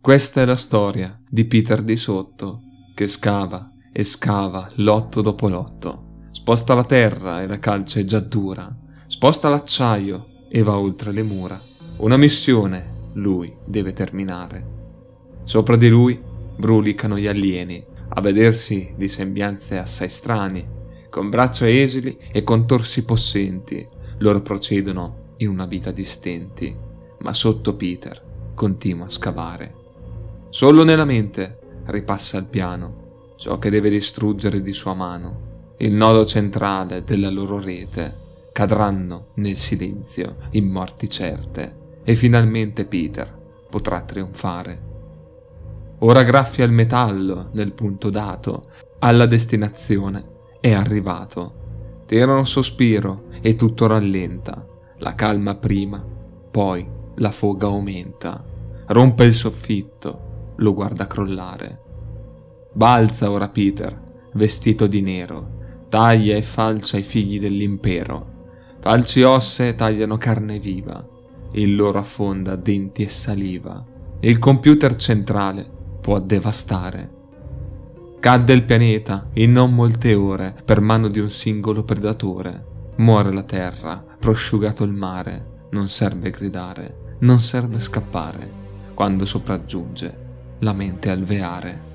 Questa è la storia di Peter di sotto, che scava e scava lotto dopo lotto. Sposta la terra e la calce è già dura. Sposta l'acciaio e va oltre le mura. Una missione lui deve terminare. Sopra di lui brulicano gli alieni, a vedersi di sembianze assai strane, con braccia esili e contorsi possenti. Loro procedono in una vita di stenti, ma sotto Peter continua a scavare. Solo nella mente ripassa il piano, ciò che deve distruggere di sua mano. Il nodo centrale della loro rete. Cadranno nel silenzio in morti certe e finalmente Peter potrà trionfare. Ora graffia il metallo nel punto dato, alla destinazione è arrivato. Tira un sospiro e tutto rallenta, la calma prima, poi la foga aumenta. Rompe il soffitto, lo guarda crollare. Balza ora Peter, vestito di nero, taglia e falcia i figli dell'impero. Falci ossee tagliano carne viva, il loro affonda denti e saliva. Il computer centrale può devastare. Cadde il pianeta in non molte ore per mano di un singolo predatore. Muore la terra, prosciugato il mare. Non serve gridare, non serve scappare, quando sopraggiunge la mente alveare.